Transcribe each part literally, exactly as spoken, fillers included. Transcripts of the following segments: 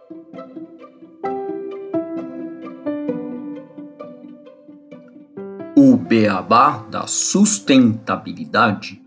O beabá da sustentabilidade.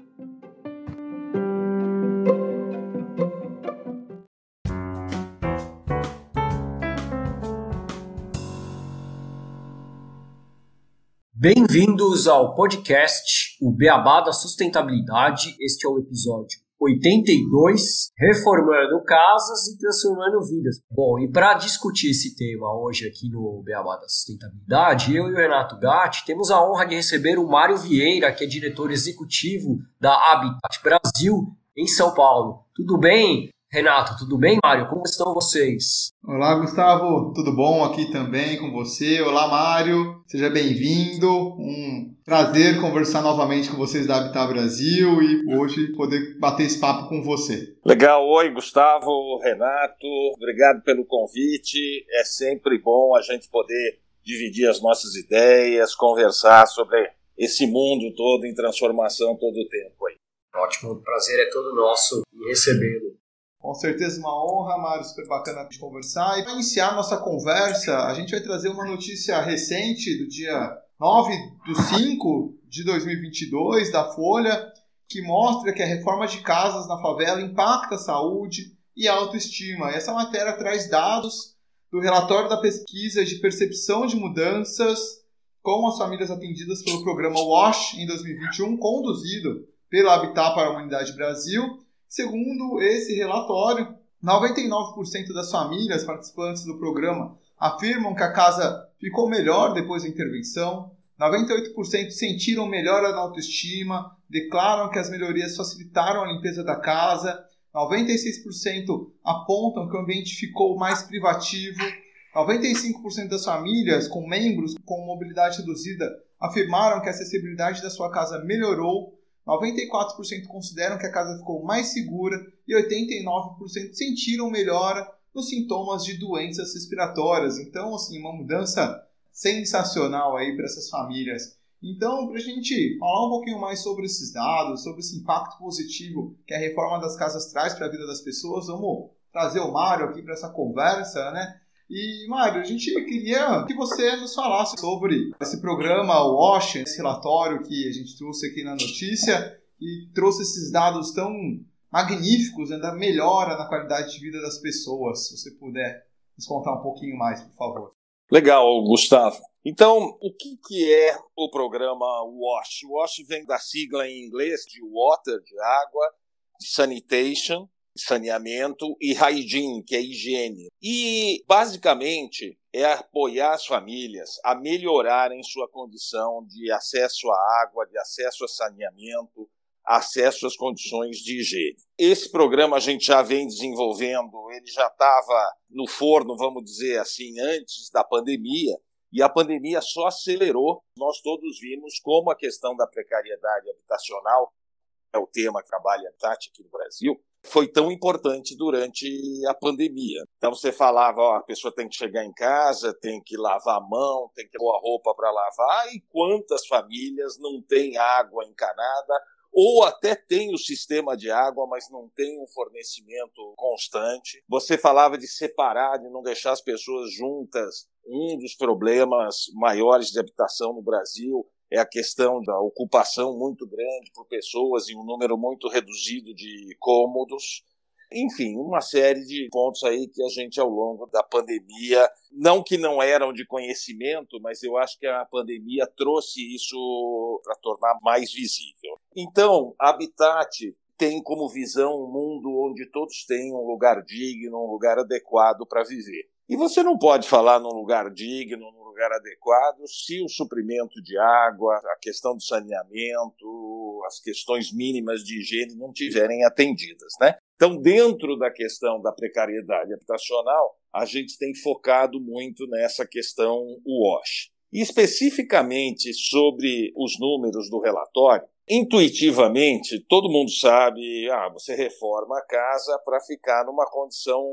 Bem-vindos ao podcast O Beabá da Sustentabilidade. Este é o episódio oitenta e dois, Reformando Casas e Transformando Vidas. Bom, e para discutir esse tema hoje aqui no Beabá da Sustentabilidade, eu e o Renato Gatti temos a honra de receber o Mário Vieira, que é diretor executivo da Habitat Brasil, em São Paulo. Tudo bem, Renato? Tudo bem, Mário? Como estão vocês? Olá, Gustavo. Tudo bom aqui também com você? Olá, Mário. Seja bem-vindo. Um prazer conversar novamente com vocês da Habitat Brasil e hoje poder bater esse papo com você. Legal. Oi, Gustavo, Renato. Obrigado pelo convite. É sempre bom a gente poder dividir as nossas ideias, conversar sobre esse mundo todo em transformação todo o tempo aí. Ótimo. O prazer é todo nosso em recebê-lo. Com certeza uma honra, Mário, super bacana de conversar. E para iniciar nossa conversa, a gente vai trazer uma notícia recente do dia nove de cinco de dois mil e vinte e dois da Folha, que mostra que a reforma de casas na favela impacta a saúde e a autoestima. Essa matéria traz dados do relatório da pesquisa de percepção de mudanças com as famílias atendidas pelo programa WASH em dois mil e vinte e um, conduzido pela Habitat para a Humanidade Brasil. Segundo esse relatório, noventa e nove por cento das famílias participantes do programa afirmam que a casa ficou melhor depois da intervenção, noventa e oito por cento sentiram melhora na autoestima, declaram que as melhorias facilitaram a limpeza da casa, noventa e seis por cento apontam que o ambiente ficou mais privativo, noventa e cinco por cento das famílias com membros com mobilidade reduzida afirmaram que a acessibilidade da sua casa melhorou, noventa e quatro por cento consideram que a casa ficou mais segura e oitenta e nove por cento sentiram melhora nos sintomas de doenças respiratórias. Então, assim, uma mudança sensacional aí para essas famílias. Então, para a gente falar um pouquinho mais sobre esses dados, sobre esse impacto positivo que a reforma das casas traz para a vida das pessoas, vamos trazer o Mário aqui para essa conversa, né? E, Mário, a gente queria que você nos falasse sobre esse programa, o WASH, esse relatório que a gente trouxe aqui na notícia e trouxe esses dados tão magníficos, né, da melhora na qualidade de vida das pessoas. Se você puder nos contar um pouquinho mais, por favor. Legal, Gustavo. Então, o que, que é o programa WASH? O WASH vem da sigla em inglês de Water, de água, de Sanitation, saneamento, e hygiene, que é higiene. E, basicamente, é apoiar as famílias a melhorarem sua condição de acesso à água, de acesso a saneamento, acesso às condições de higiene. Esse programa a gente já vem desenvolvendo, ele já estava no forno, vamos dizer assim, antes da pandemia, e a pandemia só acelerou. Nós todos vimos como a questão da precariedade habitacional, é o tema que trabalha a Habitat aqui no Brasil, foi tão importante durante a pandemia. Então você falava, ó, a pessoa tem que chegar em casa, tem que lavar a mão, tem que pôr a roupa para lavar, e quantas famílias não têm água encanada, ou até tem o sistema de água, mas não tem um fornecimento constante. Você falava de separar, de não deixar as pessoas juntas. Um dos problemas maiores de habitação no Brasil é a questão da ocupação muito grande por pessoas em um número muito reduzido de cômodos. Enfim, uma série de pontos aí que a gente, ao longo da pandemia, não que não eram de conhecimento, mas eu acho que a pandemia trouxe isso para tornar mais visível. Então, a Habitat tem como visão um mundo onde todos têm um lugar digno, um lugar adequado para viver. E você não pode falar num lugar digno, num lugar adequado, se o suprimento de água, a questão do saneamento, as questões mínimas de higiene não tiverem atendidas, né? Então, dentro da questão da precariedade habitacional, a gente tem focado muito nessa questão WASH. E especificamente sobre os números do relatório, intuitivamente, todo mundo sabe, ah, você reforma a casa para ficar numa condição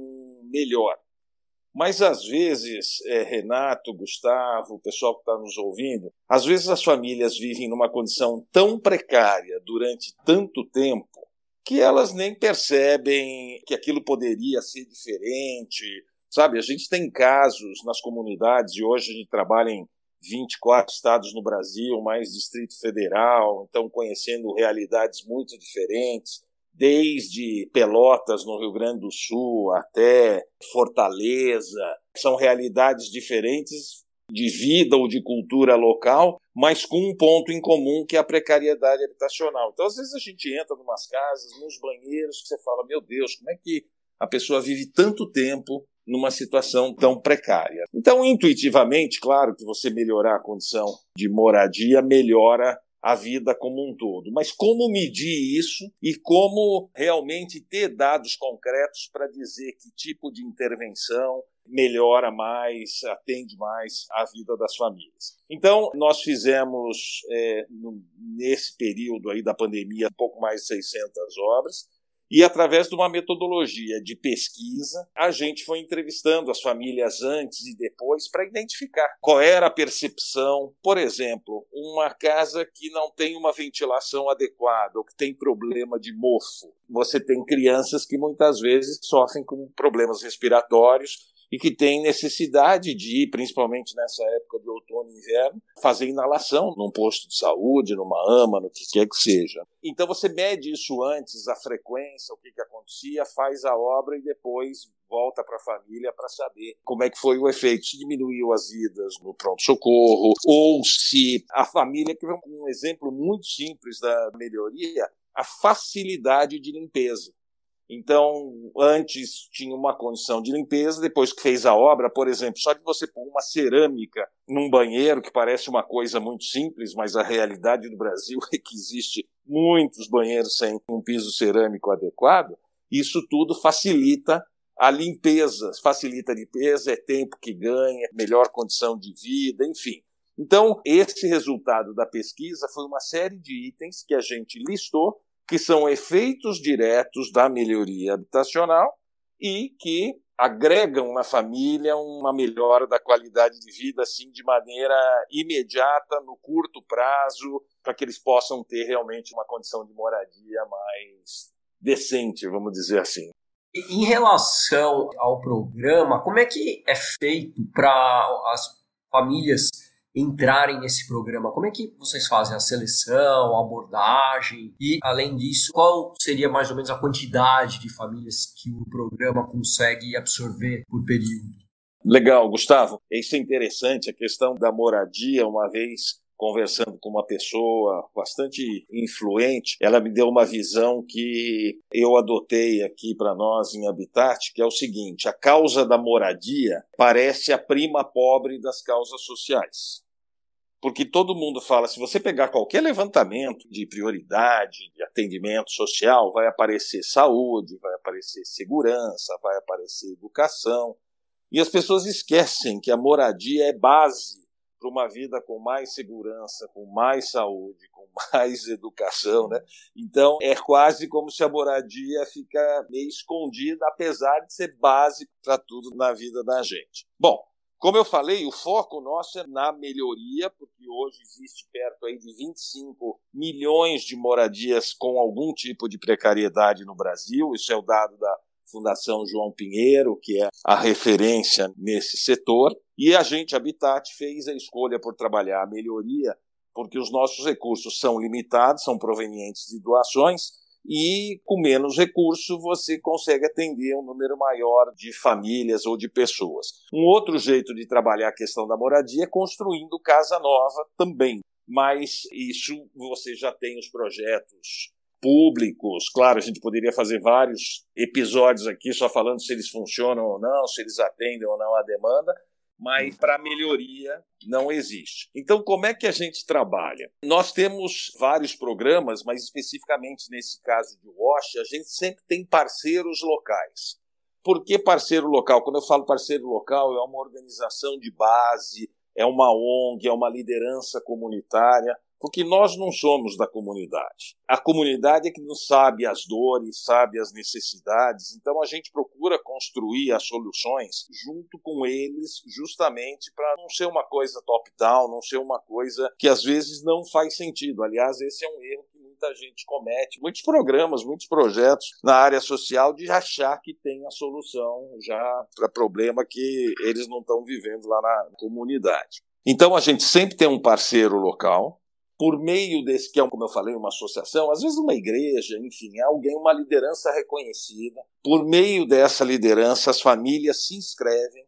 melhor. Mas, às vezes, é, Renato, Gustavo, o pessoal que está nos ouvindo, às vezes as famílias vivem numa condição tão precária durante tanto tempo que elas nem percebem que aquilo poderia ser diferente. Sabe, a gente tem casos nas comunidades, e hoje a gente trabalha em vinte e quatro estados no Brasil, mais Distrito Federal, então conhecendo realidades muito diferentes, desde Pelotas, no Rio Grande do Sul, até Fortaleza. São realidades diferentes de vida ou de cultura local, mas com um ponto em comum, que é a precariedade habitacional. Então, às vezes a gente entra em umas casas, nos banheiros, que você fala, meu Deus, como é que a pessoa vive tanto tempo numa situação tão precária? Então, intuitivamente, claro que você melhorar a condição de moradia melhora a vida como um todo. Mas como medir isso e como realmente ter dados concretos para dizer que tipo de intervenção melhora mais, atende mais a vida das famílias. Então, nós fizemos, é, no, nesse período aí da pandemia, um pouco mais de seiscentas obras, e através de uma metodologia de pesquisa, a gente foi entrevistando as famílias antes e depois para identificar qual era a percepção. Por exemplo, uma casa que não tem uma ventilação adequada ou que tem problema de mofo. Você tem crianças que muitas vezes sofrem com problemas respiratórios e que têm necessidade de ir, principalmente nessa época de outono e inverno, fazer inalação num posto de saúde, numa ama, no que quer que seja. Então você mede isso antes, a frequência, o que, que acontecia, faz a obra e depois volta para a família para saber como é que foi o efeito, se diminuiu as idas no pronto-socorro, ou se a família, que é um exemplo muito simples da melhoria, a facilidade de limpeza. Então, antes tinha uma condição de limpeza, depois que fez a obra, por exemplo, só de você pôr uma cerâmica num banheiro, que parece uma coisa muito simples, mas a realidade do Brasil é que existe muitos banheiros sem um piso cerâmico adequado, isso tudo facilita a limpeza, facilita a limpeza, é tempo que ganha, melhor condição de vida, enfim. Então, esse resultado da pesquisa foi uma série de itens que a gente listou, que são efeitos diretos da melhoria habitacional e que agregam na família uma melhora da qualidade de vida assim, de maneira imediata, no curto prazo, para que eles possam ter realmente uma condição de moradia mais decente, vamos dizer assim. Em relação ao programa, como é que é feito para as famílias entrarem nesse programa? Como é que vocês fazem a seleção, a abordagem e, além disso, qual seria mais ou menos a quantidade de famílias que o programa consegue absorver por período? Legal, Gustavo. Isso é interessante, a questão da moradia, uma vez conversando com uma pessoa bastante influente, ela me deu uma visão que eu adotei aqui para nós em Habitat, que é o seguinte: a causa da moradia parece a prima pobre das causas sociais. Porque todo mundo fala, se você pegar qualquer levantamento de prioridade, de atendimento social, vai aparecer saúde, vai aparecer segurança, vai aparecer educação. E as pessoas esquecem que a moradia é base para uma vida com mais segurança, com mais saúde, com mais educação, né? Então, é quase como se a moradia fica meio escondida, apesar de ser base para tudo na vida da gente. Bom, como eu falei, o foco nosso é na melhoria, porque hoje existe perto aí de vinte e cinco milhões de moradias com algum tipo de precariedade no Brasil. Isso é o dado da Fundação João Pinheiro, que é a referência nesse setor. E a gente, Habitat, fez a escolha por trabalhar a melhoria, porque os nossos recursos são limitados, são provenientes de doações, e com menos recurso você consegue atender um número maior de famílias ou de pessoas. Um outro jeito de trabalhar a questão da moradia é construindo casa nova também, mas isso você já tem os projetos públicos. Claro, a gente poderia fazer vários episódios aqui só falando se eles funcionam ou não, se eles atendem ou não à demanda, mas para melhoria não existe. Então, como é que a gente trabalha? Nós temos vários programas, mas especificamente nesse caso de WASH, a gente sempre tem parceiros locais. Por que parceiro local? Quando eu falo parceiro local, é uma organização de base, é uma O N G, é uma liderança comunitária, porque nós não somos da comunidade. A comunidade é que não sabe as dores, sabe as necessidades, então a gente procura construir as soluções junto com eles, justamente para não ser uma coisa top-down, não ser uma coisa que às vezes não faz sentido. Aliás, esse é um erro que muita muita gente comete, muitos programas, muitos projetos na área social de achar que tem a solução já para problema que eles não estão vivendo lá na comunidade. Então a gente sempre tem um parceiro local, por meio desse, que é, como eu falei, uma associação, às vezes uma igreja, enfim, alguém, uma liderança reconhecida. Por meio dessa liderança, as famílias se inscrevem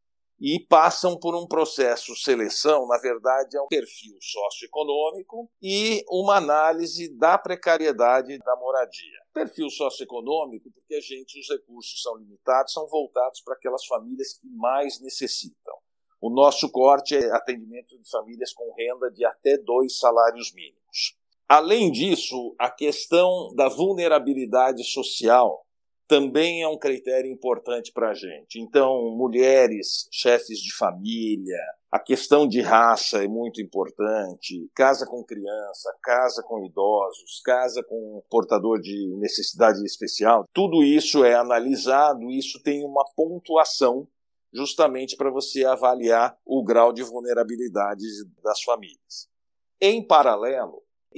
e passam por um processo de seleção, na verdade é um perfil socioeconômico e uma análise da precariedade da moradia. Perfil socioeconômico, porque a gente, os recursos são limitados, são voltados para aquelas famílias que mais necessitam. O nosso corte é atendimento de famílias com renda de até dois salários mínimos. Além disso, a questão da vulnerabilidade social também é um critério importante para a gente. Então, mulheres, chefes de família, a questão de raça é muito importante, casa com criança, casa com idosos, casa com portador de necessidade especial. Tudo isso é analisado, isso tem uma pontuação justamente para você avaliar o grau de vulnerabilidade das famílias. Em paralelo,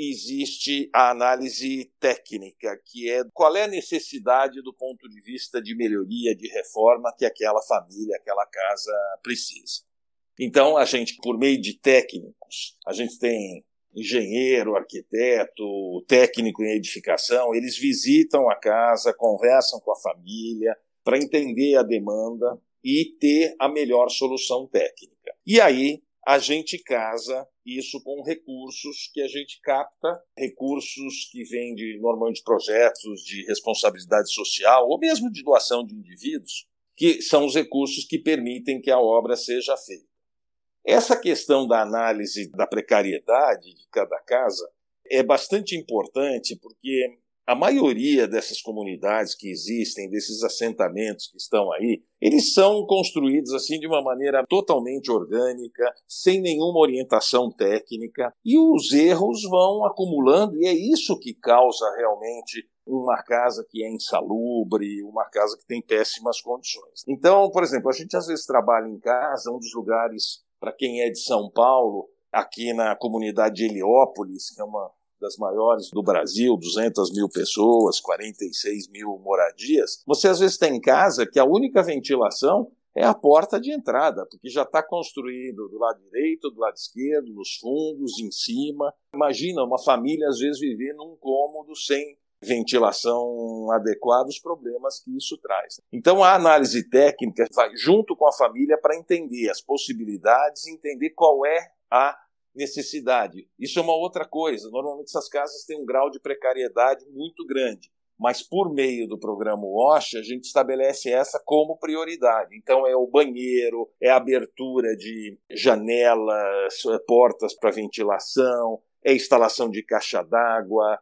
existe a análise técnica, que é qual é a necessidade do ponto de vista de melhoria, de reforma que aquela família, aquela casa precisa. Então, a gente, por meio de técnicos, a gente tem engenheiro, arquiteto, técnico em edificação, eles visitam a casa, conversam com a família para entender a demanda e ter a melhor solução técnica. E aí a gente casa isso com recursos que a gente capta, recursos que vêm de, normalmente, projetos de responsabilidade social ou mesmo de doação de indivíduos, que são os recursos que permitem que a obra seja feita. Essa questão da análise da precariedade de cada casa é bastante importante porque a maioria dessas comunidades que existem, desses assentamentos que estão aí, eles são construídos assim de uma maneira totalmente orgânica, sem nenhuma orientação técnica, e os erros vão acumulando, e é isso que causa realmente uma casa que é insalubre, uma casa que tem péssimas condições. Então, por exemplo, a gente às vezes trabalha em casa, um dos lugares, para quem é de São Paulo, aqui na comunidade de Heliópolis, que é uma das maiores do Brasil, duzentas mil pessoas, quarenta e seis mil moradias, você às vezes tem casa que a única ventilação é a porta de entrada, porque já está construído do lado direito, do lado esquerdo, nos fundos, em cima. Imagina uma família às vezes viver num cômodo sem ventilação adequada, os problemas que isso traz. Então a análise técnica vai junto com a família para entender as possibilidades, entender qual é a necessidade. Isso é uma outra coisa. Normalmente essas casas têm um grau de precariedade muito grande, mas por meio do programa WASH a gente estabelece essa como prioridade. Então é o banheiro, é a abertura de janelas, portas para ventilação, é instalação de caixa d'água,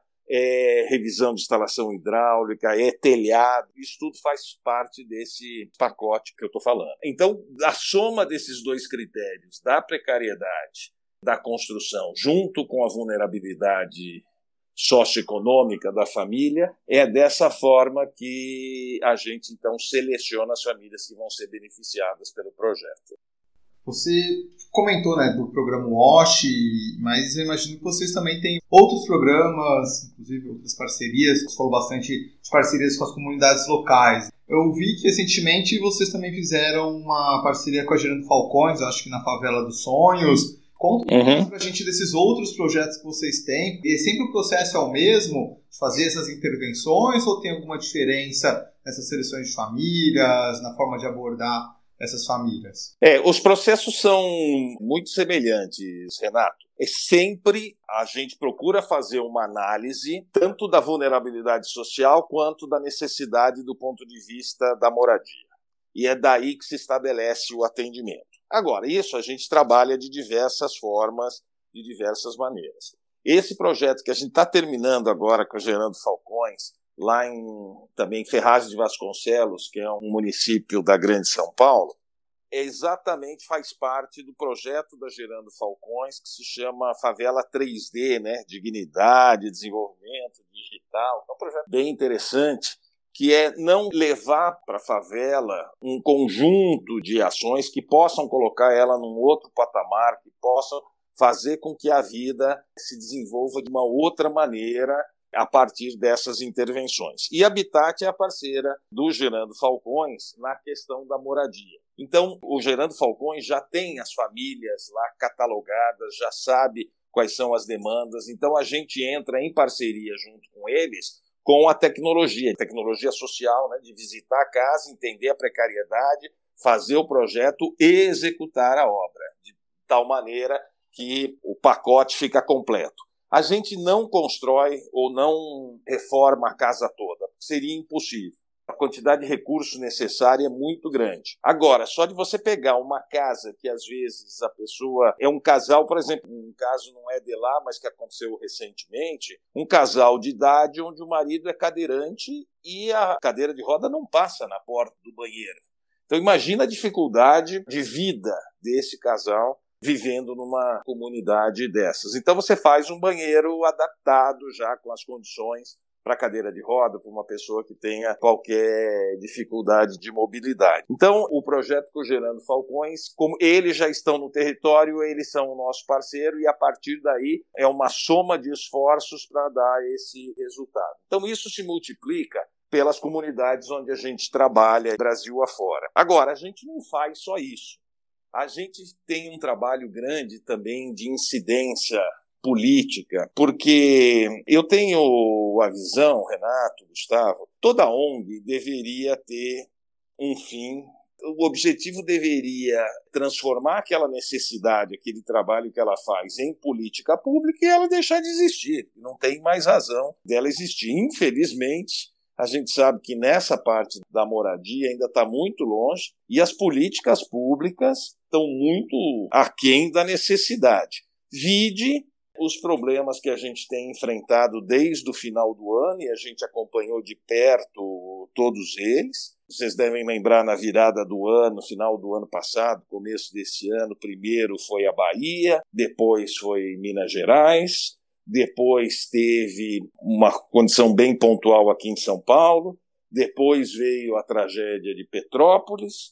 é revisão de instalação hidráulica, é telhado, isso tudo faz parte desse pacote que eu estou falando. Então, a soma desses dois critérios, da precariedade da construção, junto com a vulnerabilidade socioeconômica da família, é dessa forma que a gente, então, seleciona as famílias que vão ser beneficiadas pelo projeto. Você comentou, né, do programa WASH, mas eu imagino que vocês também têm outros programas, inclusive outras parcerias. Você falou bastante de parcerias com as comunidades locais. Eu vi que recentemente vocês também fizeram uma parceria com a Gerando Falcões, acho que na Favela dos Sonhos. Conta um pouco pra gente desses outros projetos que vocês têm. E sempre o processo é o mesmo, de fazer essas intervenções, ou tem alguma diferença nessas seleções de famílias, na forma de abordar essas famílias? É, os processos são muito semelhantes, Renato. É sempre a gente procura fazer uma análise tanto da vulnerabilidade social quanto da necessidade do ponto de vista da moradia. E é daí que se estabelece o atendimento. Agora, isso a gente trabalha de diversas formas, de diversas maneiras. Esse projeto que a gente está terminando agora com a Gerando Falcões, lá em também Ferraz de Vasconcelos, que é um município da Grande São Paulo, é exatamente faz parte do projeto da Gerando Falcões, que se chama Favela três D, né? Dignidade, desenvolvimento digital. É um projeto bem interessante, que é não levar para a favela um conjunto de ações que possam colocar ela num outro patamar, que possam fazer com que a vida se desenvolva de uma outra maneira a partir dessas intervenções. E a Habitat é a parceira do Gerando Falcões na questão da moradia. Então, o Gerando Falcões já tem as famílias lá catalogadas, já sabe quais são as demandas, então a gente entra em parceria junto com eles com a tecnologia, tecnologia social, né, de visitar a casa, entender a precariedade, fazer o projeto e executar a obra, de tal maneira que o pacote fica completo. A gente não constrói ou não reforma a casa toda, seria impossível. A quantidade de recursos necessária é muito grande. Agora, só de você pegar uma casa que às vezes a pessoa é um casal, por exemplo, um caso não é de lá, mas que aconteceu recentemente, um casal de idade onde o marido é cadeirante e a cadeira de roda não passa na porta do banheiro. Então imagina a dificuldade de vida desse casal vivendo numa comunidade dessas. Então você faz um banheiro adaptado já com as condições para cadeira de roda, para uma pessoa que tenha qualquer dificuldade de mobilidade. Então, o projeto com o Gerando Falcões, como eles já estão no território, eles são o nosso parceiro e, a partir daí, é uma soma de esforços para dar esse resultado. Então, isso se multiplica pelas comunidades onde a gente trabalha, Brasil afora. Agora, a gente não faz só isso. A gente tem um trabalho grande também de incidência política, porque eu tenho a visão, Renato, Gustavo, toda O N G deveria ter um fim, o objetivo deveria transformar aquela necessidade, aquele trabalho que ela faz em política pública e ela deixar de existir, não tem mais razão dela existir. Infelizmente, a gente sabe que nessa parte da moradia ainda está muito longe e as políticas públicas estão muito aquém da necessidade. Vide os problemas que a gente tem enfrentado desde o final do ano, e a gente acompanhou de perto todos eles. Vocês devem lembrar, na virada do ano, final do ano passado, começo desse ano, primeiro foi a Bahia, depois foi Minas Gerais, depois teve uma condição bem pontual aqui em São Paulo, depois veio a tragédia de Petrópolis,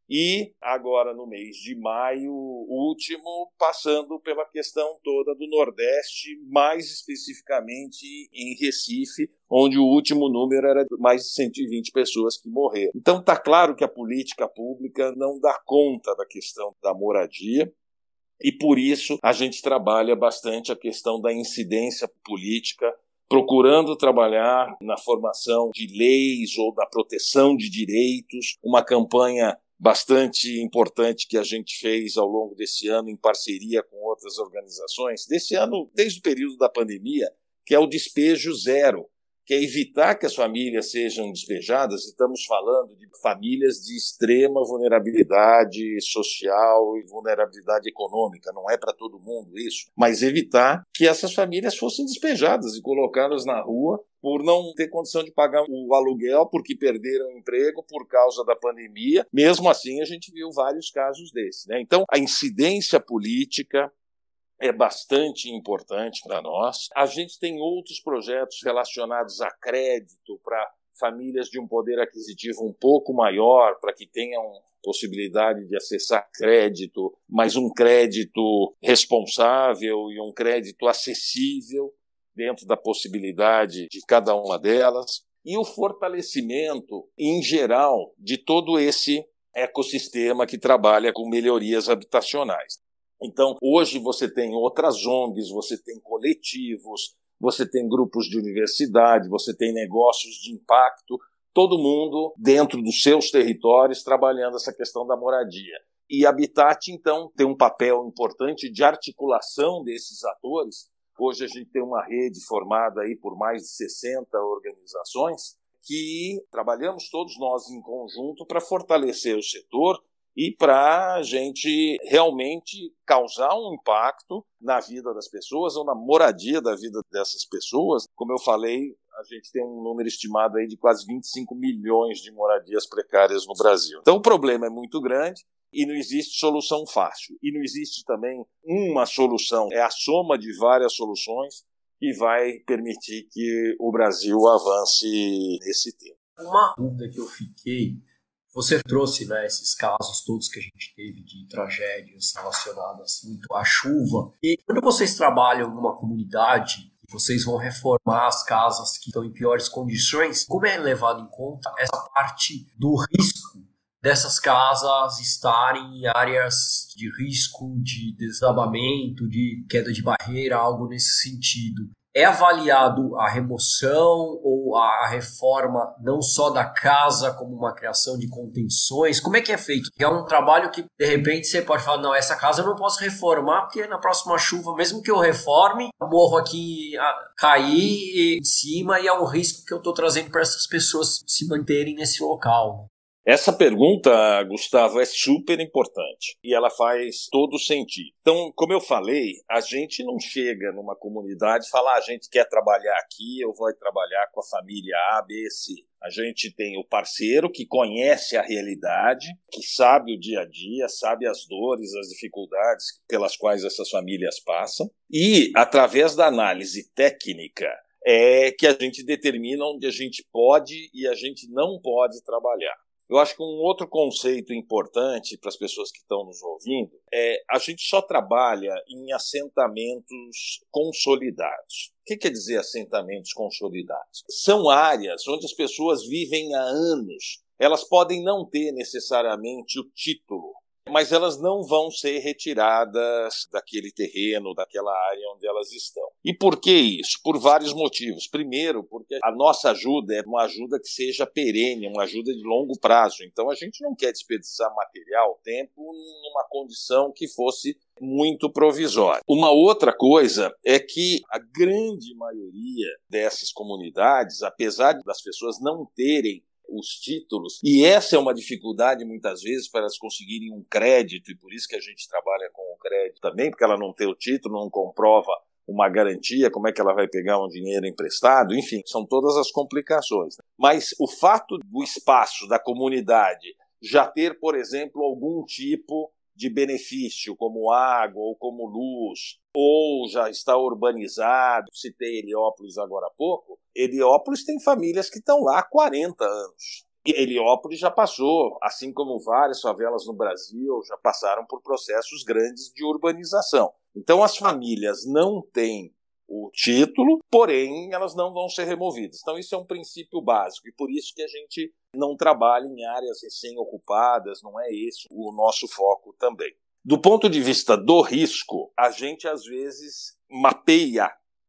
e agora no mês de maio, último, passando pela questão toda do Nordeste, mais especificamente em Recife, onde o último número era mais de cento e vinte pessoas que morreram. Então está claro que a política pública não dá conta da questão da moradia, e por isso a gente trabalha bastante a questão da incidência política, procurando trabalhar na formação de leis ou da proteção de direitos, uma campanha bastante importante que a gente fez ao longo desse ano em parceria com outras organizações, desse ano, desde o período da pandemia, que é o despejo zero, que é evitar que as famílias sejam despejadas. Estamos falando de famílias de extrema vulnerabilidade social e vulnerabilidade econômica, não é para todo mundo isso, mas evitar que essas famílias fossem despejadas e colocadas na rua por não ter condição de pagar o aluguel, porque perderam o emprego por causa da pandemia. Mesmo assim, a gente viu vários casos desses, né? Então, a incidência política é bastante importante para nós. A gente tem outros projetos relacionados a crédito para famílias de um poder aquisitivo um pouco maior, para que tenham possibilidade de acessar crédito, mas um crédito responsável e um crédito acessível dentro da possibilidade de cada uma delas. E o fortalecimento, em geral, de todo esse ecossistema que trabalha com melhorias habitacionais. Então, hoje você tem outras O N Gs, você tem coletivos, você tem grupos de universidade, você tem negócios de impacto, todo mundo dentro dos seus territórios trabalhando essa questão da moradia. E a Habitat, então, tem um papel importante de articulação desses atores. Hoje a gente tem uma rede formada aí por mais de sessenta organizações que trabalhamos todos nós em conjunto para fortalecer o setor e para a gente realmente causar um impacto na vida das pessoas ou na moradia da vida dessas pessoas. Como eu falei, a gente tem um número estimado aí de quase vinte e cinco milhões de moradias precárias no Brasil. Então o problema é muito grande e não existe solução fácil. E não existe também uma solução, é a soma de várias soluções que vai permitir que o Brasil avance nesse tema. Uma dúvida que eu fiquei Você trouxe, né, esses casos todos que a gente teve de tragédias relacionadas muito à chuva. E quando vocês trabalham numa comunidade, vocês vão reformar as casas que estão em piores condições, como é levado em conta essa parte do risco dessas casas estarem em áreas de risco de desabamento, de queda de barreira, algo nesse sentido? É avaliado a remoção ou a reforma não só da casa como uma criação de contenções? Como é que é feito? É um trabalho que, de repente, você pode falar, não, essa casa eu não posso reformar porque na próxima chuva, mesmo que eu reforme, eu morro aqui a cair em cima e é um risco que eu estou trazendo para essas pessoas se manterem nesse local. Essa pergunta, Gustavo, é super importante e ela faz todo sentido. Então, como eu falei, a gente não chega numa comunidade e fala, ah, a gente quer trabalhar aqui, eu vou trabalhar com a família A, B, C. A gente tem o parceiro que conhece a realidade, que sabe o dia a dia, sabe as dores, as dificuldades pelas quais essas famílias passam e, através da análise técnica, é que a gente determina onde a gente pode e a gente não pode trabalhar. Eu acho que um outro conceito importante para as pessoas que estão nos ouvindo é a gente só trabalha em assentamentos consolidados. O que quer dizer assentamentos consolidados? São áreas onde as pessoas vivem há anos. Elas podem não ter necessariamente o título, mas elas não vão ser retiradas daquele terreno, daquela área onde elas estão. E por que isso? Por vários motivos. Primeiro, porque a nossa ajuda é uma ajuda que seja perene, uma ajuda de longo prazo. Então a gente não quer desperdiçar material, tempo, numa condição que fosse muito provisória. Uma outra coisa é que a grande maioria dessas comunidades, apesar das pessoas não terem os títulos, e essa é uma dificuldade muitas vezes para elas conseguirem um crédito, e por isso que a gente trabalha com o crédito também, porque ela não tem o título, não comprova uma garantia, como é que ela vai pegar um dinheiro emprestado, enfim, são todas as complicações. Mas o fato do espaço, da comunidade, já ter, por exemplo, algum tipo de benefício, como água ou como luz, ou já está urbanizado, citei Heliópolis agora há pouco, Heliópolis tem famílias que estão lá há quarenta anos. E Heliópolis já passou, assim como várias favelas no Brasil, já passaram por processos grandes de urbanização. Então as famílias não têm o título, porém elas não vão ser removidas. Então isso é um princípio básico e por isso que a gente não trabalha em áreas recém-ocupadas, não é esse o nosso foco também. Do ponto de vista do risco, a gente às vezes mapeia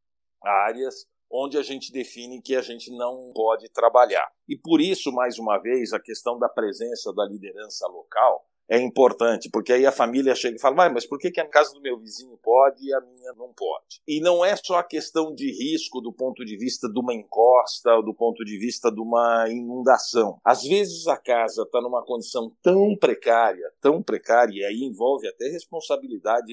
áreas onde a gente define que a gente não pode trabalhar. E por isso, mais uma vez, a questão da presença da liderança local é importante, porque aí a família chega e fala, mas por que que a casa do meu vizinho pode e a minha não pode? E não é só a questão de risco do ponto de vista de uma encosta ou do ponto de vista de uma inundação. Às vezes a casa está numa condição tão precária, tão precária, e aí envolve até responsabilidade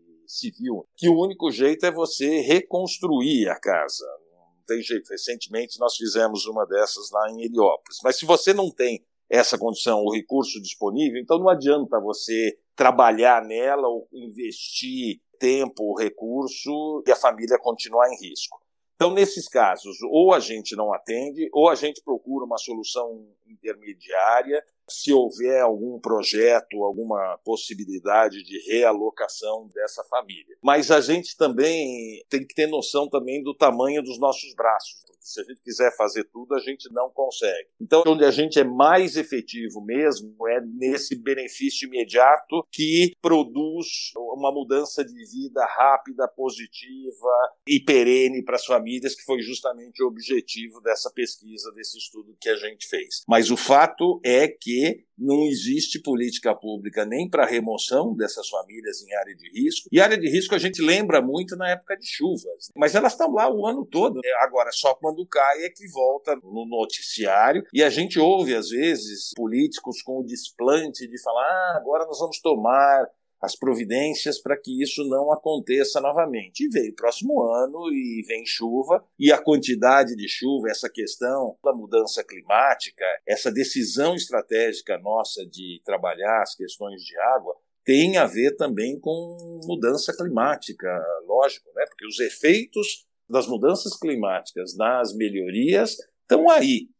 civil, que o único jeito é você reconstruir a casa. Não tem jeito. Recentemente nós fizemos uma dessas lá em Heliópolis. Mas se você não tem essa condição, o recurso disponível, então não adianta você trabalhar nela ou investir tempo, recurso e a família continuar em risco. Então, nesses casos, ou a gente não atende, ou a gente procura uma solução intermediária, se houver algum projeto, alguma possibilidade de realocação dessa família. Mas a gente também tem que ter noção também do tamanho dos nossos braços, porque se a gente quiser fazer tudo, a gente não consegue. Então, onde a gente é mais efetivo mesmo é nesse benefício imediato que produz uma mudança de vida rápida, positiva e perene para as famílias, que foi justamente o objetivo dessa pesquisa, desse estudo que a gente fez. Mas o fato é que não existe política pública nem para a remoção dessas famílias em área de risco. E área de risco a gente lembra muito na época de chuvas, mas elas estão lá o ano todo. Agora, só quando cai é que volta no noticiário. E a gente ouve, às vezes, políticos com o desplante de falar ah, agora nós vamos tomar as providências para que isso não aconteça novamente. E veio o próximo ano e vem chuva, e a quantidade de chuva, essa questão da mudança climática, essa decisão estratégica nossa de trabalhar as questões de água, tem a ver também com mudança climática, lógico, né? Porque os efeitos das mudanças climáticas nas melhorias estão aí.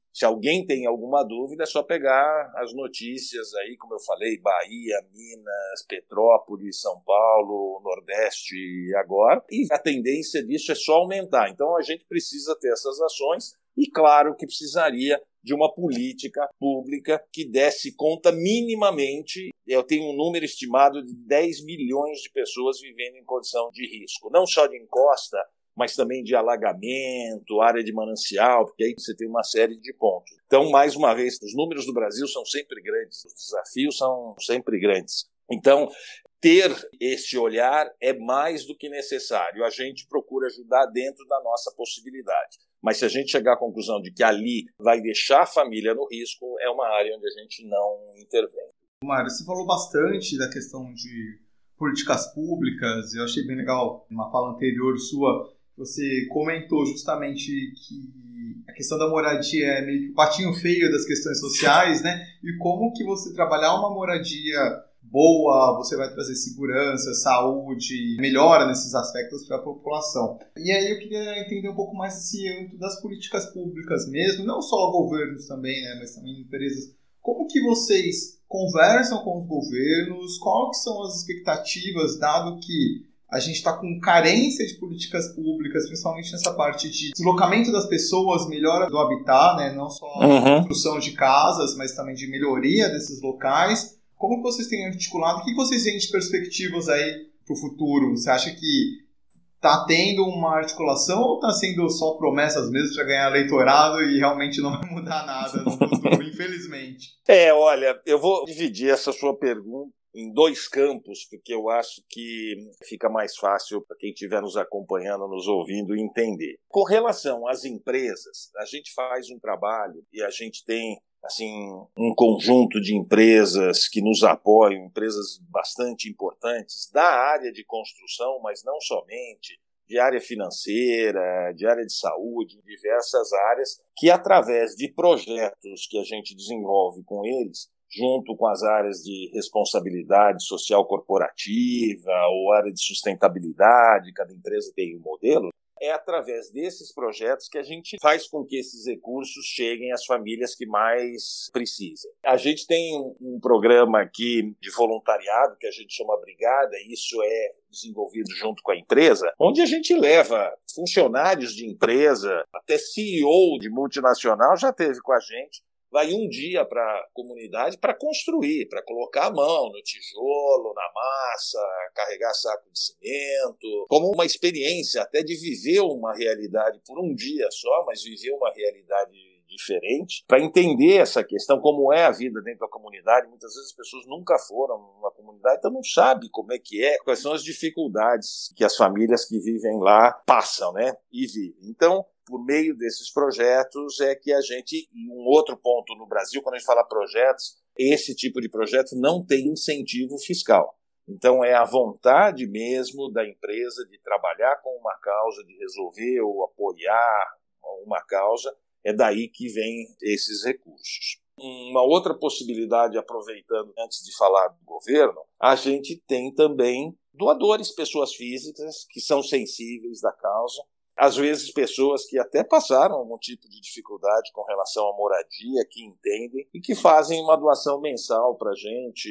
Se alguém tem alguma dúvida, é só pegar as notícias aí, como eu falei, Bahia, Minas, Petrópolis, São Paulo, Nordeste agora, e a tendência disso é só aumentar. Então a gente precisa ter essas ações e, claro, que precisaria de uma política pública que desse conta minimamente. Eu tenho um número estimado de dez milhões de pessoas vivendo em condição de risco, não só de encosta, mas também de alagamento, área de manancial, porque aí você tem uma série de pontos. Então, mais uma vez, os números do Brasil são sempre grandes, os desafios são sempre grandes. Então, ter esse olhar é mais do que necessário. A gente procura ajudar dentro da nossa possibilidade. Mas se a gente chegar à conclusão de que ali vai deixar a família no risco, é uma área onde a gente não intervém. Mário, você falou bastante da questão de políticas públicas. Eu achei bem legal, numa fala anterior sua, você comentou justamente que a questão da moradia é meio que o patinho feio das questões sociais, né? E como que você trabalhar uma moradia boa, você vai trazer segurança, saúde, melhora nesses aspectos para a população. E aí eu queria entender um pouco mais esse âmbito das políticas públicas mesmo, não só governos também, né, mas também empresas. Como que vocês conversam com os governos? Quais são as expectativas, dado que a gente está com carência de políticas públicas, principalmente nessa parte de deslocamento das pessoas, melhora do habitat, né? Não só a Uhum. construção de casas, mas também de melhoria desses locais. Como que vocês têm articulado? O que vocês veem de perspectivas aí para o futuro? Você acha que está tendo uma articulação ou está sendo só promessas mesmo para ganhar eleitorado e realmente não vai mudar nada no futuro, infelizmente? É, olha, eu vou dividir essa sua pergunta em dois campos, porque eu acho que fica mais fácil para quem estiver nos acompanhando, nos ouvindo, entender. Com relação às empresas, a gente faz um trabalho e a gente tem assim, um conjunto de empresas que nos apoiam, empresas bastante importantes da área de construção, mas não somente, de área financeira, de área de saúde, diversas áreas, que através de projetos que a gente desenvolve com eles, junto com as áreas de responsabilidade social corporativa ou área de sustentabilidade, cada empresa tem um modelo, é através desses projetos que a gente faz com que esses recursos cheguem às famílias que mais precisem. A gente tem um, um programa aqui de voluntariado que a gente chama Brigada, e isso é desenvolvido junto com a empresa, onde a gente leva funcionários de empresa, até C E O de multinacional já teve com a gente, vai um dia para a comunidade para construir, para colocar a mão no tijolo, na massa, carregar saco de cimento, como uma experiência até de viver uma realidade por um dia só, mas viver uma realidade diferente, para entender essa questão, como é a vida dentro da comunidade. Muitas vezes as pessoas nunca foram numa comunidade, então não sabem como é que é, quais são as dificuldades que as famílias que vivem lá passam, né, e vivem. Então, por meio desses projetos é que a gente, e um outro ponto no Brasil, quando a gente fala projetos, esse tipo de projeto não tem incentivo fiscal. Então é a vontade mesmo da empresa de trabalhar com uma causa, de resolver ou apoiar uma causa, é daí que vem esses recursos. Uma outra possibilidade, aproveitando antes de falar do governo, a gente tem também doadores, pessoas físicas que são sensíveis da causa, às vezes pessoas que até passaram algum tipo de dificuldade com relação à moradia, que entendem e que fazem uma doação mensal para a gente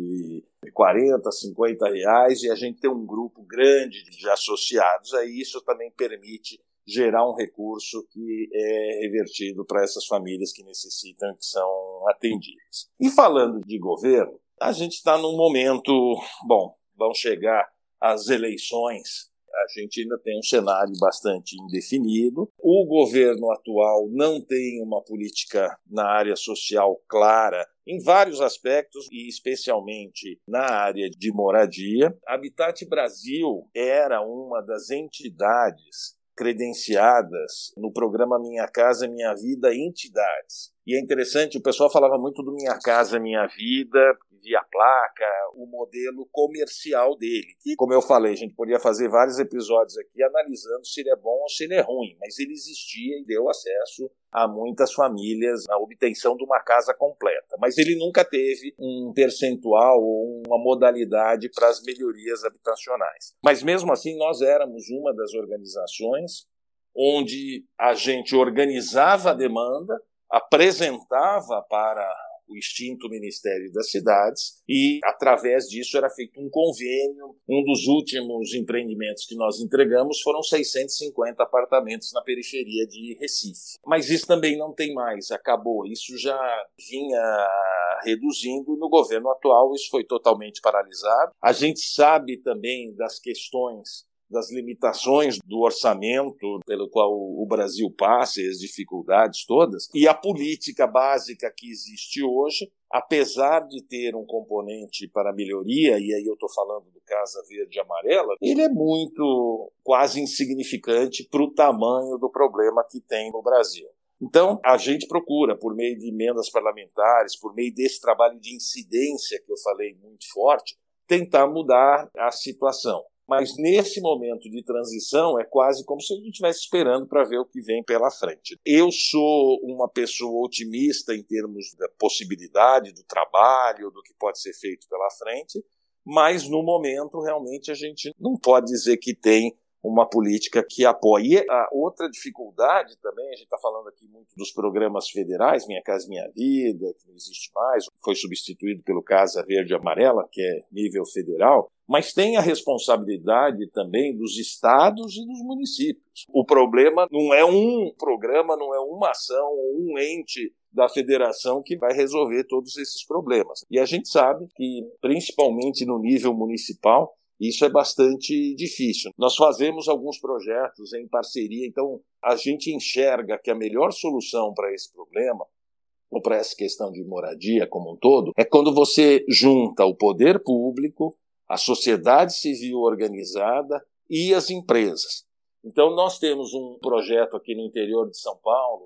de quarenta, cinquenta reais, e a gente tem um grupo grande de associados. Aí isso também permite gerar um recurso que é revertido para essas famílias que necessitam e que são atendidas. E falando de governo, a gente está num momento, bom, vão chegar as eleições. A gente ainda tem um cenário bastante indefinido. O governo atual não tem uma política na área social clara em vários aspectos, e especialmente na área de moradia. Habitat Brasil era uma das entidades credenciadas no programa Minha Casa Minha Vida Entidades. E é interessante, o pessoal falava muito do Minha Casa Minha Vida, via placa, o modelo comercial dele. Que, como eu falei, a gente poderia fazer vários episódios aqui analisando se ele é bom ou se ele é ruim, mas ele existia e deu acesso a muitas famílias na obtenção de uma casa completa. Mas ele nunca teve um percentual ou uma modalidade para as melhorias habitacionais. Mas mesmo assim, nós éramos uma das organizações onde a gente organizava a demanda, apresentava para o extinto Ministério das Cidades e, através disso, era feito um convênio. Um dos últimos empreendimentos que nós entregamos foram seiscentos e cinquenta apartamentos na periferia de Recife. Mas isso também não tem mais, acabou. Isso já vinha reduzindo. No governo atual, isso foi totalmente paralisado. A gente sabe também das questões, das limitações do orçamento pelo qual o Brasil passa e as dificuldades todas. E a política básica que existe hoje, apesar de ter um componente para melhoria, e aí eu estou falando do Casa Verde e Amarela, ele é muito, quase insignificante para o tamanho do problema que tem no Brasil. Então, a gente procura, por meio de emendas parlamentares, por meio desse trabalho de incidência que eu falei muito forte, tentar mudar a situação. Mas nesse momento de transição é quase como se a gente estivesse esperando para ver o que vem pela frente. Eu sou uma pessoa otimista em termos da possibilidade do trabalho, do que pode ser feito pela frente, mas no momento realmente a gente não pode dizer que tem uma política que apoie. E a outra dificuldade também, a gente está falando aqui muito dos programas federais, Minha Casa Minha Vida, que não existe mais, foi substituído pelo Casa Verde e Amarela, que é nível federal, mas tem a responsabilidade também dos estados e dos municípios. O problema não é um programa, não é uma ação, um ente da federação que vai resolver todos esses problemas. E a gente sabe que, principalmente no nível municipal, isso é bastante difícil. Nós fazemos alguns projetos em parceria, então a gente enxerga que a melhor solução para esse problema, ou para essa questão de moradia como um todo, é quando você junta o poder público, a sociedade civil organizada e as empresas. Então nós temos um projeto aqui no interior de São Paulo,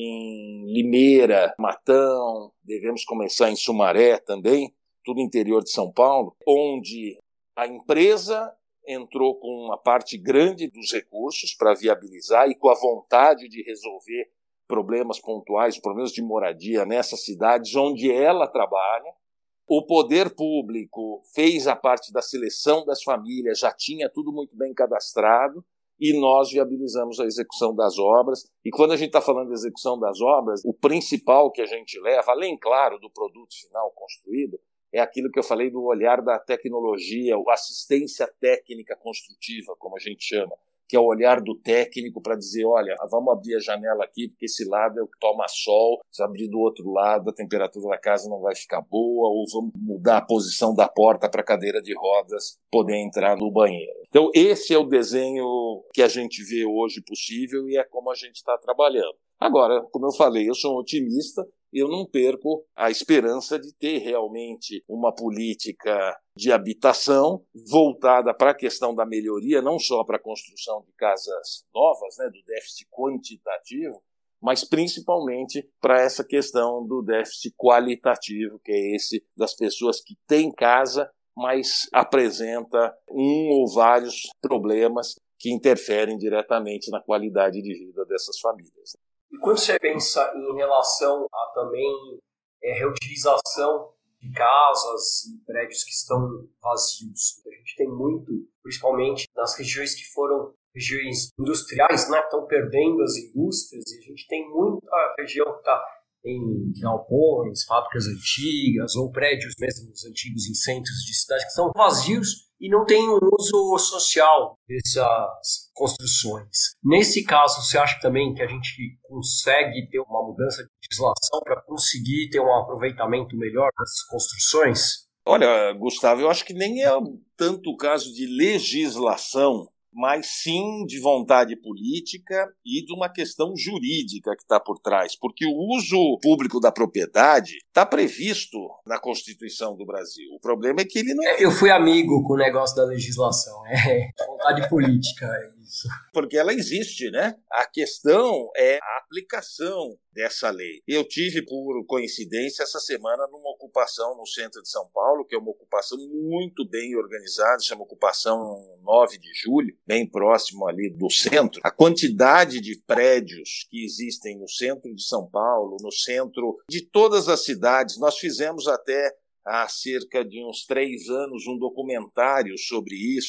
em Limeira, Matão, devemos começar em Sumaré também, tudo interior de São Paulo, onde a empresa entrou com uma parte grande dos recursos para viabilizar e com a vontade de resolver problemas pontuais, problemas de moradia nessas cidades onde ela trabalha. O poder público fez a parte da seleção das famílias, já tinha tudo muito bem cadastrado e nós viabilizamos a execução das obras. E quando a gente está falando de execução das obras, o principal que a gente leva, além, claro, do produto final construído, é aquilo que eu falei do olhar da tecnologia, a assistência técnica construtiva, como a gente chama, que é o olhar do técnico para dizer, olha, vamos abrir a janela aqui, porque esse lado é o que toma sol, se abrir do outro lado, a temperatura da casa não vai ficar boa, ou vamos mudar a posição da porta para a cadeira de rodas poder entrar no banheiro. Então, esse é o desenho que a gente vê hoje possível e é como a gente está trabalhando. Agora, como eu falei, eu sou um otimista, eu não perco a esperança de ter realmente uma política de habitação voltada para a questão da melhoria, não só para a construção de casas novas, né, do déficit quantitativo, mas principalmente para essa questão do déficit qualitativo, que é esse das pessoas que têm casa, mas apresenta um ou vários problemas que interferem diretamente na qualidade de vida dessas famílias. E quando você pensa em relação a também é, reutilização de casas e prédios que estão vazios, a gente tem muito, principalmente nas regiões que foram regiões industriais, né, que estão perdendo as indústrias, e a gente tem muita região que está em galpões, fábricas antigas ou prédios mesmo antigos em centros de cidade que estão vazios e não tem um uso social dessas construções. Nesse caso, você acha também que a gente consegue ter uma mudança de legislação para conseguir ter um aproveitamento melhor das construções? Olha, Gustavo, eu acho que nem é tanto o caso de legislação, mas sim de vontade política e de uma questão jurídica que está por trás, porque o uso público da propriedade está previsto na Constituição do Brasil. O problema é que ele não... Eu fui amigo com o negócio da legislação, é vontade política, é isso. Porque ela existe, né? A questão é a aplicação dessa lei. Eu tive, por coincidência, essa semana numa ocupação no centro de São Paulo, que é uma ocupação muito bem organizada, chama Ocupação nove de julho, bem próximo ali do centro. A quantidade de prédios que existem no centro de São Paulo, no centro de todas as cidades, nós fizemos até há cerca de uns três anos um documentário sobre isso,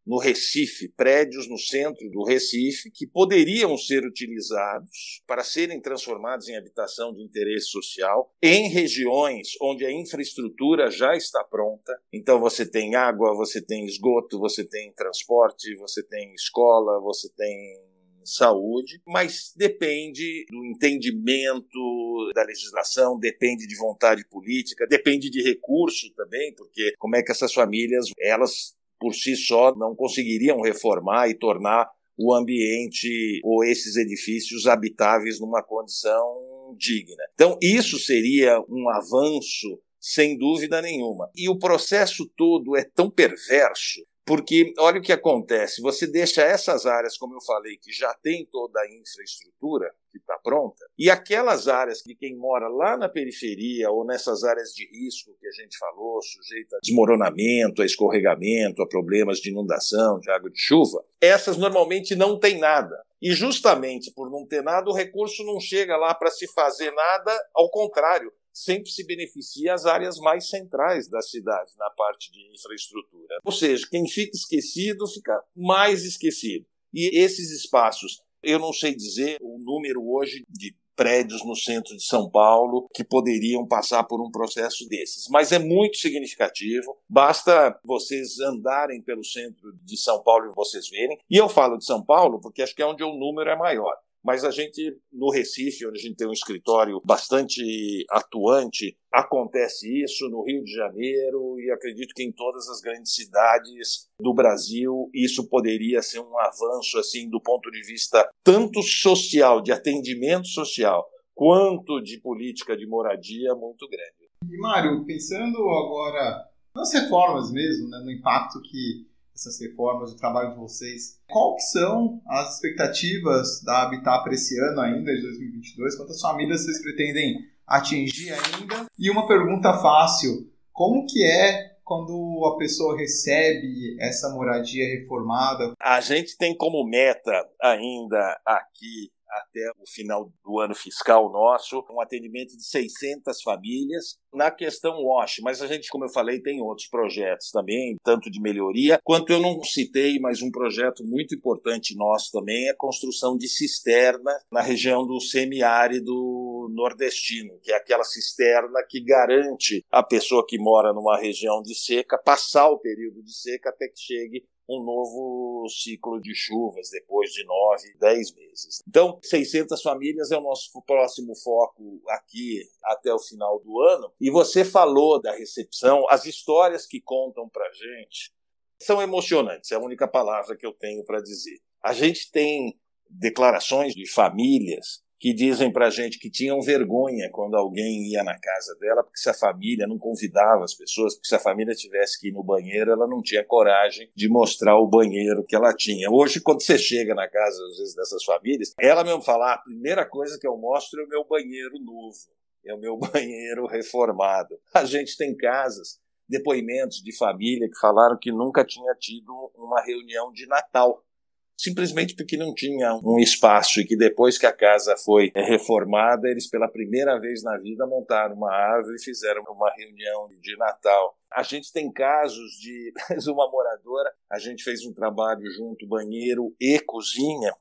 no Recife, prédios no centro do Recife, que poderiam ser utilizados para serem transformados em habitação de interesse social, em regiões onde a infraestrutura já está pronta. Então você tem água, você tem esgoto, você tem transporte, você tem escola, você tem saúde, mas depende do entendimento da legislação, depende de vontade política, depende de recurso também, porque como é que essas famílias, elas por si só não conseguiriam reformar e tornar o ambiente ou esses edifícios habitáveis numa condição digna. Então isso seria um avanço sem dúvida nenhuma. E o processo todo é tão perverso, porque olha o que acontece, você deixa essas áreas, como eu falei, que já tem toda a infraestrutura que está pronta, e aquelas áreas de quem mora lá na periferia ou nessas áreas de risco que a gente falou, sujeita a desmoronamento, a escorregamento, a problemas de inundação, de água de chuva, essas normalmente não têm nada. E justamente por não ter nada, o recurso não chega lá para se fazer nada, ao contrário, sempre se beneficia as áreas mais centrais da cidade, na parte de infraestrutura. Ou seja, quem fica esquecido fica mais esquecido. E esses espaços, eu não sei dizer o número hoje de prédios no centro de São Paulo que poderiam passar por um processo desses, mas é muito significativo, basta vocês andarem pelo centro de São Paulo e vocês verem, e eu falo de São Paulo porque acho que é onde o número é maior. Mas a gente, no Recife, onde a gente tem um escritório bastante atuante, acontece isso no Rio de Janeiro e acredito que em todas as grandes cidades do Brasil isso poderia ser um avanço assim, do ponto de vista tanto social, de atendimento social, quanto de política de moradia muito grande. E, Mário, pensando agora nas reformas mesmo, né, no impacto que essas reformas, o trabalho de vocês, qual que são as expectativas da Habitat para esse ano ainda, de dois mil e vinte e dois? Quantas famílias vocês pretendem atingir ainda? E uma pergunta fácil, como que é quando a pessoa recebe essa moradia reformada? A gente tem como meta ainda aqui, até o final do ano fiscal nosso, um atendimento de seiscentas famílias na questão W A S H, mas a gente, como eu falei, tem outros projetos também, tanto de melhoria, quanto eu não citei, mas um projeto muito importante nosso também é a construção de cisterna na região do semiárido nordestino, que é aquela cisterna que garante a pessoa que mora numa região de seca passar o período de seca até que chegue um novo ciclo de chuvas depois de nove, dez meses. Então, seiscentas famílias é o nosso próximo foco aqui até o final do ano. E você falou da recepção, as histórias que contam pra gente são emocionantes, é a única palavra que eu tenho para dizer. A gente tem declarações de famílias que dizem pra gente que tinham vergonha quando alguém ia na casa dela, porque se a família não convidava as pessoas, porque se a família tivesse que ir no banheiro, ela não tinha coragem de mostrar o banheiro que ela tinha. Hoje, quando você chega na casa, às vezes, dessas famílias, ela mesmo fala, a primeira coisa que eu mostro é o meu banheiro novo, é o meu banheiro reformado. A gente tem casas, depoimentos de família que falaram que nunca tinha tido uma reunião de Natal, simplesmente porque não tinha um espaço e que depois que a casa foi reformada, eles pela primeira vez na vida montaram uma árvore e fizeram uma reunião de Natal. A gente tem casos de uma moradora, a gente fez um trabalho junto, banheiro e cozinha,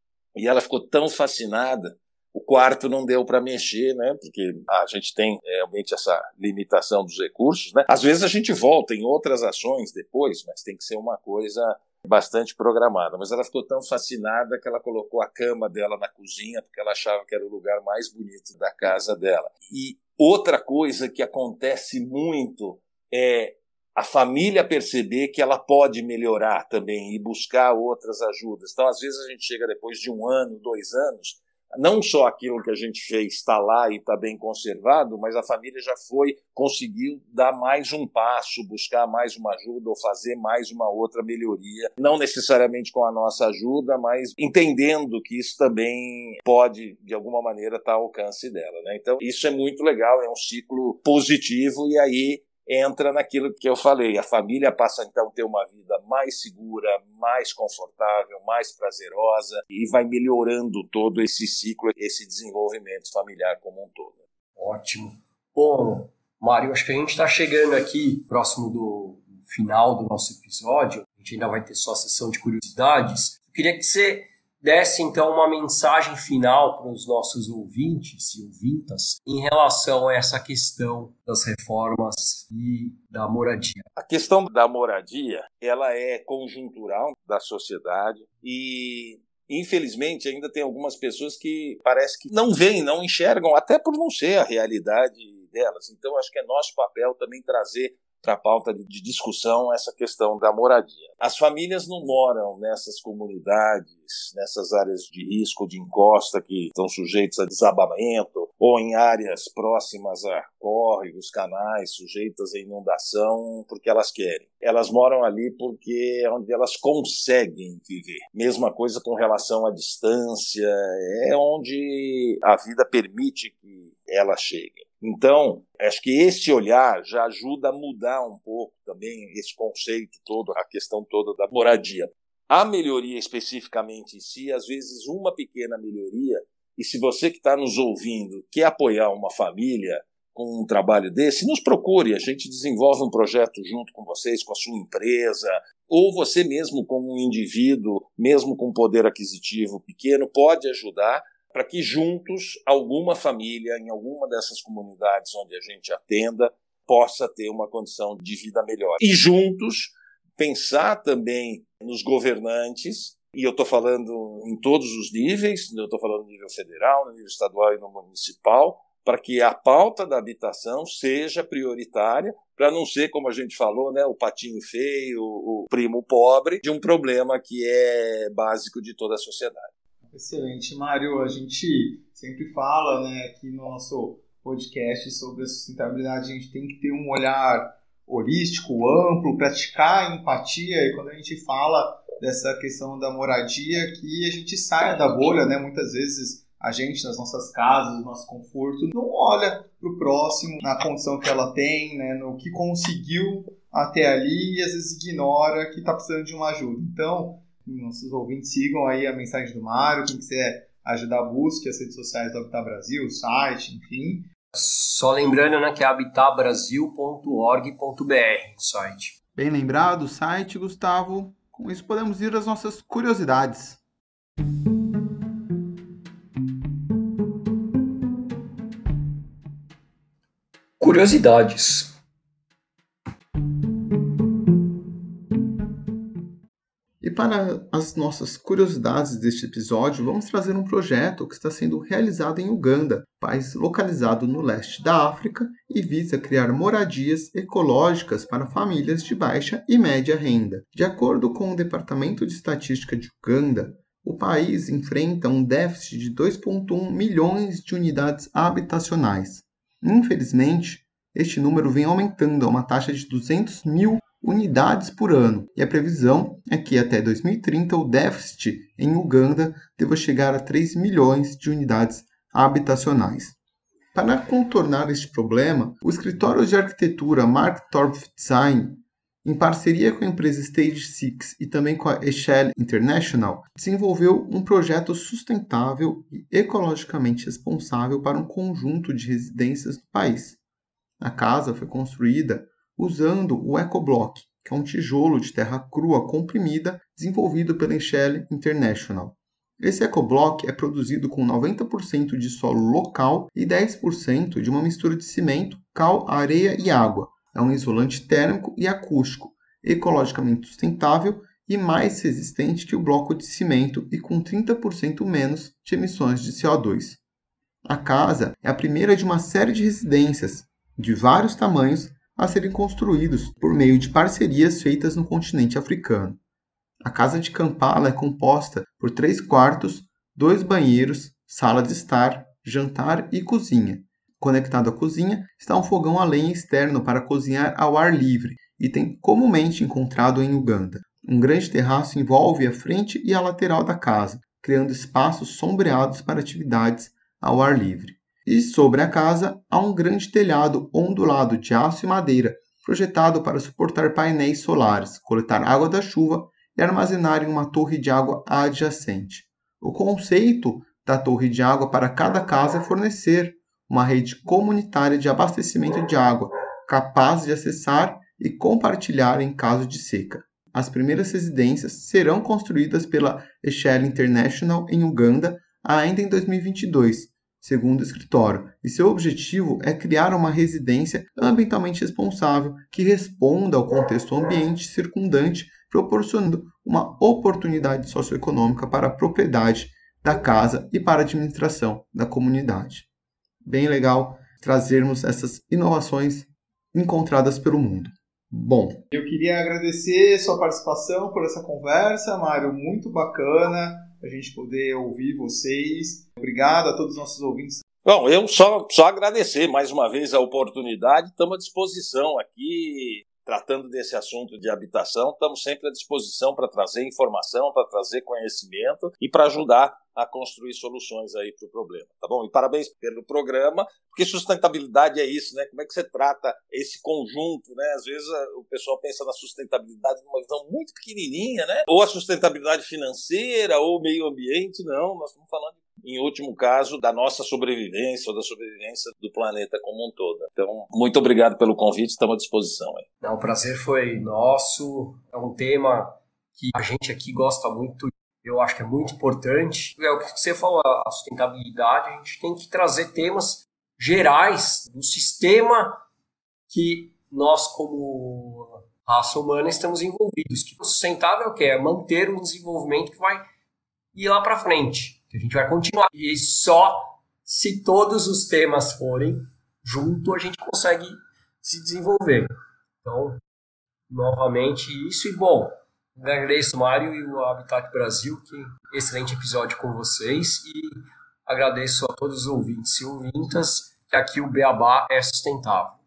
e ela ficou tão fascinada, o quarto não deu para mexer, né? Porque a gente tem realmente essa limitação dos recursos, né? Às vezes a gente volta em outras ações depois, mas tem que ser uma coisa bastante programada, mas ela ficou tão fascinada que ela colocou a cama dela na cozinha porque ela achava que era o lugar mais bonito da casa dela. E outra coisa que acontece muito é a família perceber que ela pode melhorar também e buscar outras ajudas. Então, às vezes a gente chega depois de um ano, dois anos, não só aquilo que a gente fez está lá e está bem conservado, mas a família já foi, conseguiu dar mais um passo, buscar mais uma ajuda ou fazer mais uma outra melhoria, não necessariamente com a nossa ajuda, mas entendendo que isso também pode, de alguma maneira, estar ao alcance dela, né? Então, isso é muito legal, é um ciclo positivo e aí entra naquilo que eu falei, a família passa então a ter uma vida mais segura, mais confortável, mais prazerosa e vai melhorando todo esse ciclo, esse desenvolvimento familiar como um todo. Ótimo. Bom, Mário, acho que a gente está chegando aqui próximo do final do nosso episódio. A a gente ainda vai ter só a sessão de curiosidades. Eu queria que você desse, então, uma mensagem final para os nossos ouvintes e ouvintas em relação a essa questão das reformas e da moradia. A questão da moradia, ela é conjuntural da sociedade e, infelizmente, ainda tem algumas pessoas que parece que não veem, não enxergam, até por não ser a realidade delas. Então, acho que é nosso papel também trazer para a pauta de discussão essa questão da moradia. As famílias não moram nessas comunidades, nessas áreas de risco de encosta que estão sujeitas a desabamento, ou em áreas próximas a córregos, canais, sujeitas a inundação, porque elas querem. Elas moram ali porque é onde elas conseguem viver. Mesma coisa com relação à distância, é onde a vida permite que elas cheguem. Então, acho que esse olhar já ajuda a mudar um pouco também esse conceito todo, a questão toda da moradia. A melhoria especificamente em si, às vezes uma pequena melhoria, e se você que está nos ouvindo quer apoiar uma família com um trabalho desse, nos procure, a gente desenvolve um projeto junto com vocês, com a sua empresa, ou você mesmo como um indivíduo, mesmo com poder aquisitivo pequeno, pode ajudar para que juntos, alguma família, em alguma dessas comunidades onde a gente atenda, possa ter uma condição de vida melhor. E juntos, pensar também nos governantes, e eu estou falando em todos os níveis, eu estou falando no nível federal, no nível estadual e no municipal, para que a pauta da habitação seja prioritária, para não ser, como a gente falou, né, o patinho feio, o primo pobre, de um problema que é básico de toda a sociedade. Excelente, Mário. A gente sempre fala, né, aqui no nosso podcast sobre a sustentabilidade, a gente tem que ter um olhar holístico, amplo, praticar a empatia, e quando a gente fala dessa questão da moradia, que a gente saia da bolha, né, muitas vezes a gente, nas nossas casas, no nosso conforto, não olha para o próximo, na condição que ela tem, né, no que conseguiu até ali, e às vezes ignora que está precisando de uma ajuda. Então, nossos ouvintes sigam aí a mensagem do Mário, quem quiser ajudar, busque as redes sociais do Habitat Brasil, o site, enfim. Só lembrando, né, que é habitat brasil ponto org ponto b r o site. Bem lembrado o site, Gustavo. Com isso podemos ir às nossas curiosidades. Curiosidades. E para as nossas curiosidades deste episódio, vamos trazer um projeto que está sendo realizado em Uganda, país localizado no leste da África, e visa criar moradias ecológicas para famílias de baixa e média renda. De acordo com o Departamento de Estatística de Uganda, o país enfrenta um déficit de dois vírgula um milhões de unidades habitacionais. Infelizmente, este número vem aumentando a uma taxa de duzentos mil unidades por ano, e a previsão é que até dois mil e trinta o déficit em Uganda deva chegar a três milhões de unidades habitacionais. Para contornar este problema, o escritório de arquitetura Mark Thorpe Design, em parceria com a empresa Stage seis e também com a Echelle International, desenvolveu um projeto sustentável e ecologicamente responsável para um conjunto de residências do país. A casa foi construída usando o EcoBlock, que é um tijolo de terra crua comprimida desenvolvido pela Echelle International. Esse EcoBlock é produzido com noventa por cento de solo local e dez por cento de uma mistura de cimento, cal, areia e água. É um isolante térmico e acústico, ecologicamente sustentável e mais resistente que o bloco de cimento e com trinta por cento menos de emissões de C O dois. A casa é a primeira de uma série de residências de vários tamanhos a serem construídos por meio de parcerias feitas no continente africano. A casa de Kampala é composta por três quartos, dois banheiros, sala de estar, jantar e cozinha. Conectado à cozinha está um fogão a lenha externo para cozinhar ao ar livre, item comumente encontrado em Uganda. Um grande terraço envolve a frente e a lateral da casa, criando espaços sombreados para atividades ao ar livre. E sobre a casa há um grande telhado ondulado de aço e madeira, projetado para suportar painéis solares, coletar água da chuva e armazenar em uma torre de água adjacente. O conceito da torre de água para cada casa é fornecer uma rede comunitária de abastecimento de água, capaz de acessar e compartilhar em caso de seca. As primeiras residências serão construídas pela Eshel International em Uganda ainda em dois mil e vinte e dois, segundo o escritório, e seu objetivo é criar uma residência ambientalmente responsável que responda ao contexto ambiente circundante, proporcionando uma oportunidade socioeconômica para a propriedade da casa e para a administração da comunidade. Bem legal trazermos essas inovações encontradas pelo mundo. Bom, eu queria agradecer sua participação por essa conversa, Mário, muito bacana a gente poder ouvir vocês. Obrigado a todos os nossos ouvintes. Bom, eu só, só agradecer mais uma vez a oportunidade, estamos à disposição aqui, tratando desse assunto de habitação, estamos sempre à disposição para trazer informação, para trazer conhecimento e para ajudar a construir soluções aí para o problema, tá bom? E parabéns pelo programa, porque sustentabilidade é isso, né? Como é que você trata esse conjunto, né? Às vezes o pessoal pensa na sustentabilidade numa visão muito pequenininha, né? Ou a sustentabilidade financeira, ou meio ambiente, não, nós estamos falando, em último caso, da nossa sobrevivência ou da sobrevivência do planeta como um todo. Então, muito obrigado pelo convite, estamos à disposição aí. Não, o prazer foi nosso, é um tema que a gente aqui gosta muito. Eu acho que é muito importante. É o que você falou, a sustentabilidade, a gente tem que trazer temas gerais do sistema que nós, como raça humana, estamos envolvidos. Que o sustentável é o quê? É manter um desenvolvimento que vai ir lá para frente, que a gente vai continuar. E só se todos os temas forem junto, a gente consegue se desenvolver. Então, novamente isso. E, bom, agradeço o Mário e o Habitat Brasil, que excelente episódio com vocês, e agradeço a todos os ouvintes e ouvintas que aqui o Beabá é sustentável.